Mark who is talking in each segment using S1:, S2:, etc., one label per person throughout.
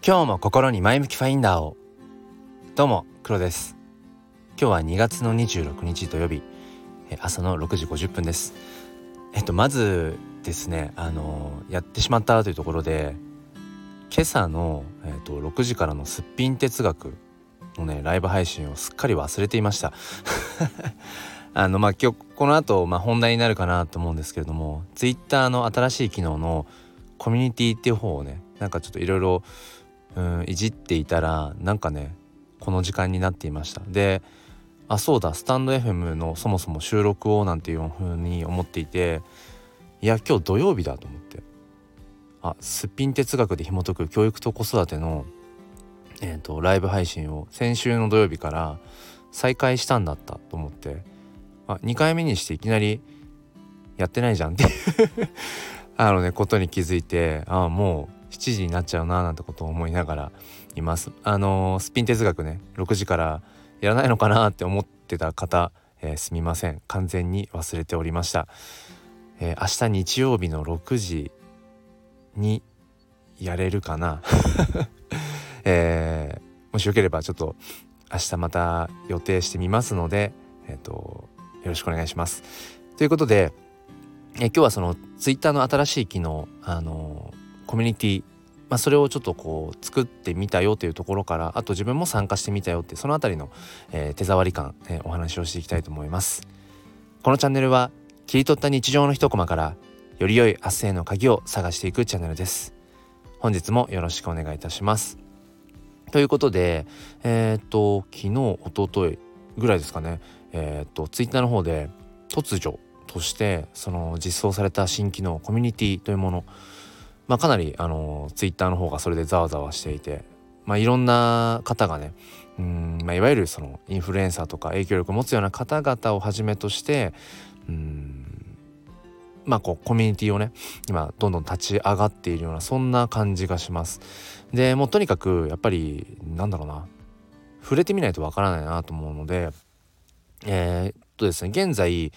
S1: 今日も心に前向きファインダーを。どうも黒です。今日は2月の26日土曜日、朝の6時50分です。まずですね、やってしまったというところで、今朝の、6時からのすっぴん哲学のねライブ配信をすっかり忘れていました今日この後、本題になるかなと思うんですけれども、ツイッターの新しい機能のコミュニティっていう方をね、ちょっといろいろいじっていたら、この時間になっていました。で、そうだ、スタンド FM のそもそも収録をなんていう風に思っていて、今日土曜日だと思って、すっぴん哲学で紐解く教育と子育ての、ライブ配信を先週の土曜日から再開したんだったと思って、2回目にしていきなりやってないじゃんっていうことに気づいて、もう7時になっちゃうななんてことを思いながらいます。すっぴん哲学ね、6時からやらないのかなって思ってた方、すみません、完全に忘れておりました。明日日曜日の6時にやれるかなもしよければちょっと明日また予定してみますので、よろしくお願いします。ということで、今日はそのツイッターの新しい機能、コミュニティ、それをちょっと作ってみたよというところから、あと自分も参加してみたよっていうそのあたりの、手触り感、お話をしていきたいと思います。このチャンネルは切り取った日常の一コマからより良い明日への鍵を探していくチャンネルです。本日もよろしくお願いいたします。ということで、昨日一昨日ぐらいですかね、ツイッターの方で突如としてその実装された新機能コミュニティというもの、かなりツイッターの方がそれでざわざわしていて、いろんな方がね、いわゆるそのインフルエンサーとか影響力を持つような方々をはじめとして、コミュニティをね今どんどん立ち上がっているような、そんな感じがします。でもうとにかくやっぱり触れてみないとわからないなと思うので、ですね、現在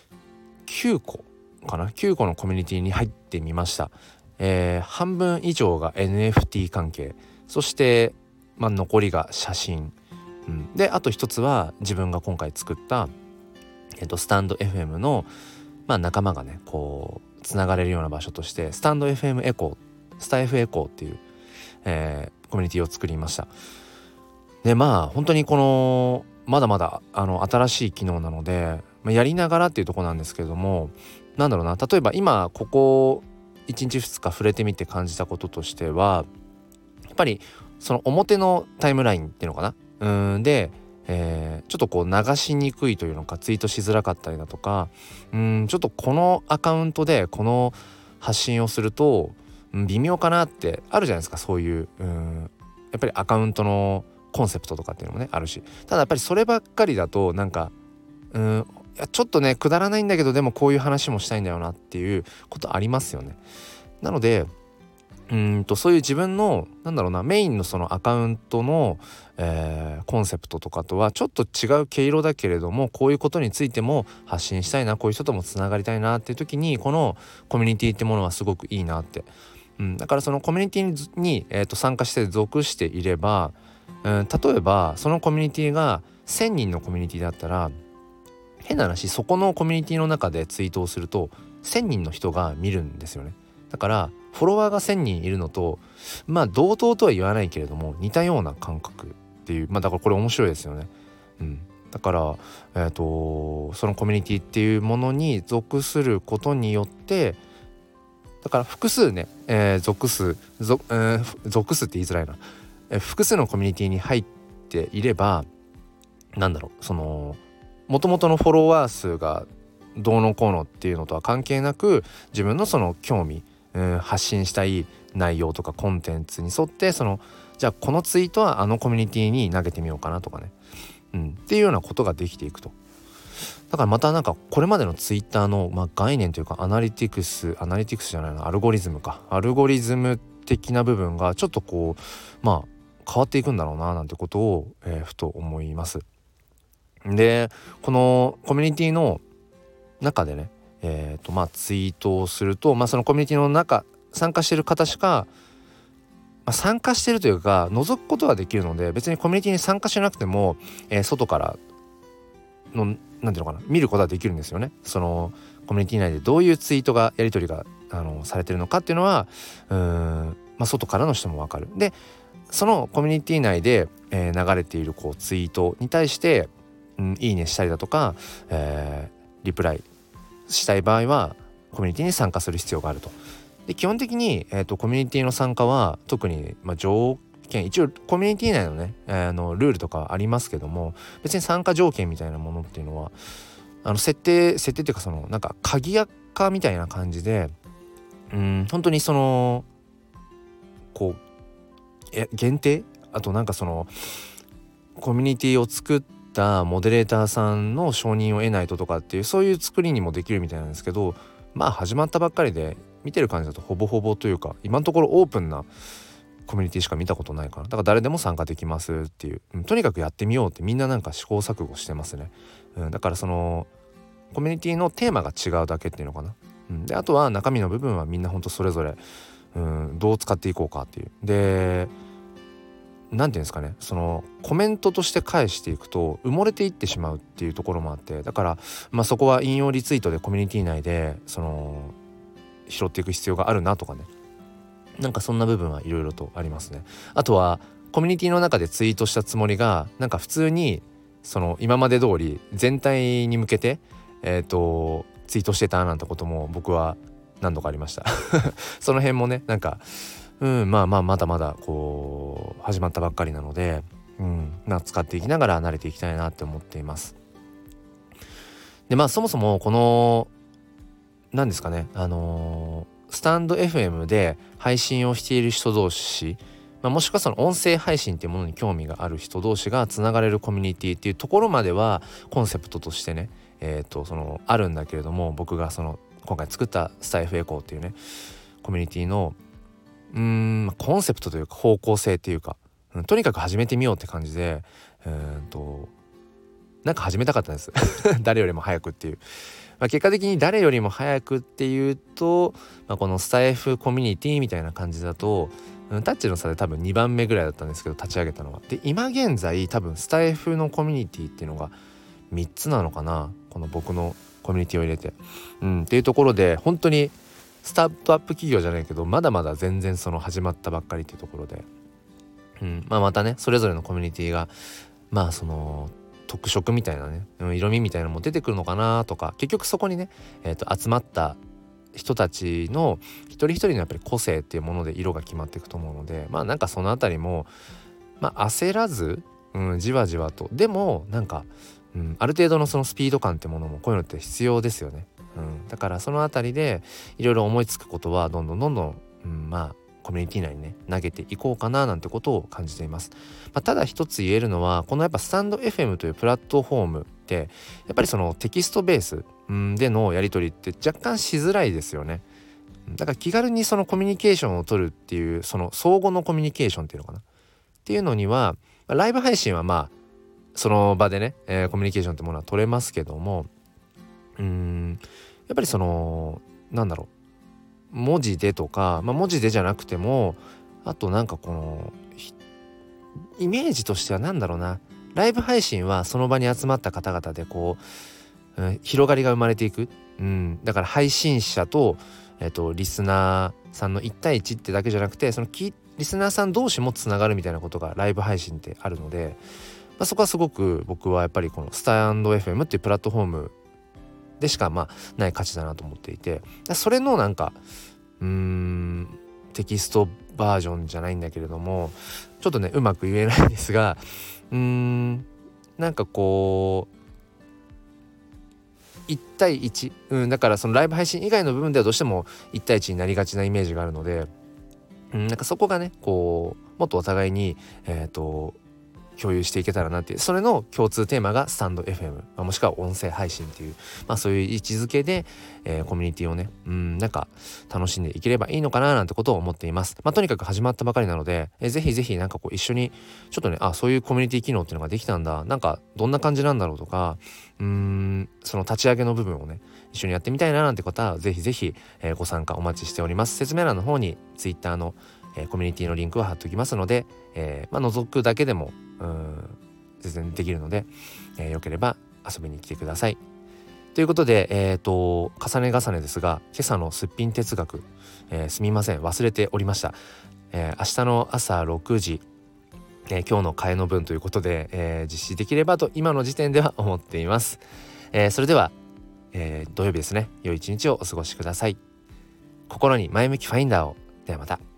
S1: 9個のコミュニティに入ってみました。半分以上が NFT 関係、そして、残りが写真、であと一つは自分が今回作った、スタンド FM の、仲間がねつながれるような場所としてスタンド FM エコー、スタ F エコーっていう、コミュニティを作りました。で本当にこのまだまだ新しい機能なので、やりながらっていうところなんですけれども、例えば今ここ1日2日触れてみて感じたこととしては、やっぱりその表のタイムラインっていうのかな、で、ちょっと流しにくいというのか、ツイートしづらかったりだとか、ちょっとこのアカウントでこの発信をすると微妙かなってあるじゃないですか。そういうやっぱりアカウントのコンセプトとかっていうのもねあるし、ただやっぱりそればっかりだといやちょっとねくだらないんだけど、でもこういう話もしたいんだよなっていうことありますよね。なのでそういう自分のメインのそのアカウントの、コンセプトとかとはちょっと違う毛色だけれども、こういうことについても発信したいな、こういう人ともつながりたいなっていう時に、このコミュニティってものはすごくいいなって、だからそのコミュニティに、参加して属していれば、例えばそのコミュニティが1000人のコミュニティだったら、変な話、そこのコミュニティの中でツイートをすると1000人の人が見るんですよね。だからフォロワーが1000人いるのと同等とは言わないけれども似たような感覚っていう、だからこれ面白いですよね。だから、そのコミュニティっていうものに属することによって、だから複数ね、属すって言いづらいな、複数のコミュニティに入っていれば、その元々のフォロワー数がどうのこうのっていうのとは関係なく、自分のその興味、発信したい内容とかコンテンツに沿って、じゃあこのツイートはあのコミュニティに投げてみようかなとかね、っていうようなことができていくと。だからまたこれまでのツイッターの、概念というかアナリティクスじゃないな、アルゴリズム的な部分がちょっと変わっていくんだろうななんてことを、ふと思います。でこのコミュニティの中でね、ツイートをすると、そのコミュニティの中参加している方しか参加してるというか覗くことができるので、別にコミュニティに参加しなくても、外からのなんていうのかな、見ることができるんですよね。そのコミュニティ内でどういうツイートがやり取りがされてるのかっていうのは外からの人も分かる。でそのコミュニティ内で、流れているツイートに対して、いいねしたりだとか、リプライしたい場合はコミュニティに参加する必要があると。で基本的に、コミュニティの参加は特に、条件、一応コミュニティ内のね、ルールとかありますけども、別に参加条件みたいなものっていうのは設定っていうか、そのなんか鍵垢みたいな感じで、本当にその限定、あとなんかそのコミュニティを作ったモデレーターさんの承認を得ないととかっていう、そういう作りにもできるみたいなんですけど、始まったばっかりで見てる感じだとほぼほぼというか、今のところオープンなコミュニティしか見たことないから、だから誰でも参加できますっていう、とにかくやってみようってみんななんか試行錯誤してますね。だからそのコミュニティのテーマが違うだけっていうのかな。であとは中身の部分はみんなほんとそれぞれどう使っていこうかっていう。でなんていうんですかね、そのコメントとして返していくと埋もれていってしまうっていうところもあって、だからそこは引用リツイートでコミュニティ内でその拾っていく必要があるなとかね、なんかそんな部分はいろいろとありますね。あとはコミュニティの中でツイートしたつもりがなんか普通にその今まで通り全体に向けてツイートしてたなんてことも僕は何度かありましたその辺もね、なんかまだまだ始まったばっかりなので、使っていきながら慣れていきたいなって思っています。でそもそもこの何ですかね、スタンド FM で配信をしている人同士、もしくはその音声配信っていうものに興味がある人同士がつながれるコミュニティっていうところまではコンセプトとしてね、そのあるんだけれども、僕がその今回作ったスタイフエコーっていうねコミュニティのコンセプトというか方向性っていうか、とにかく始めてみようって感じでなんか始めたかったんです誰よりも早くっていう、結果的に誰よりも早くっていうと、このスタイフコミュニティみたいな感じだとタッチの差で多分2番目ぐらいだったんですけど、立ち上げたのは。で今現在多分スタイフのコミュニティっていうのが3つなのかな、この僕のコミュニティを入れてっていうところで、本当にスタートアップ企業じゃないけどまだまだ全然その始まったばっかりっていうところで、またねそれぞれのコミュニティがその特色みたいなね、色味みたいなのも出てくるのかなとか、結局そこにね、集まった人たちの一人一人のやっぱり個性っていうもので色が決まっていくと思うので、なんかそのあたりも焦らず、じわじわと、でもなんか、ある程度のそのスピード感ってものもこういうのって必要ですよね。だからそのあたりでいろいろ思いつくことはどんどん、コミュニティ内にね投げていこうかななんてことを感じています。ただ一つ言えるのは、このやっぱスタンド FM というプラットフォームってやっぱりそのテキストベースでのやり取りって若干しづらいですよね。だから気軽にそのコミュニケーションを取るっていう、その相互のコミュニケーションっていうのかなっていうのには、ライブ配信はその場でね、コミュニケーションってものは取れますけども、やっぱりその文字でとか、文字でじゃなくても、あとなんかこのイメージとしてはライブ配信はその場に集まった方々で広がりが生まれていく、だから配信者と、リスナーさんの1対1ってだけじゃなくて、そのリスナーさん同士もつながるみたいなことがライブ配信ってあるので、そこはすごく僕はやっぱりこのスタンド FM っていうプラットフォームでしかない価値だなと思っていて、それのなんかテキストバージョンじゃないんだけれども、ちょっとねうまく言えないんですが、なんか1対1、だからそのライブ配信以外の部分ではどうしても1対1になりがちなイメージがあるので、なんかそこがねもっとお互いに共有していけたらなっていう、それの共通テーマがスタンド FM、もしくは音声配信っていう、そういう位置づけで、コミュニティをねなんか楽しんでいければいいのかななんてことを思っています。とにかく始まったばかりなので、ぜひぜひなんか一緒にちょっとねそういうコミュニティ機能っていうのができたんだ、なんかどんな感じなんだろうとか、その立ち上げの部分をね一緒にやってみたいななんて方はぜひぜひ、ご参加お待ちしております。説明欄の方に Twitter のコミュニティのリンクを貼っておきますので、覗くだけでも全然できるので、よければ遊びに来てください。ということで、重ね重ねですが、今朝のすっぴん哲学、すみません、忘れておりました。明日の朝6時、今日の替えの分ということで、実施できればと今の時点では思っています。それでは、土曜日ですね、良い一日をお過ごしください。心に前向きファインダーを。ではまた。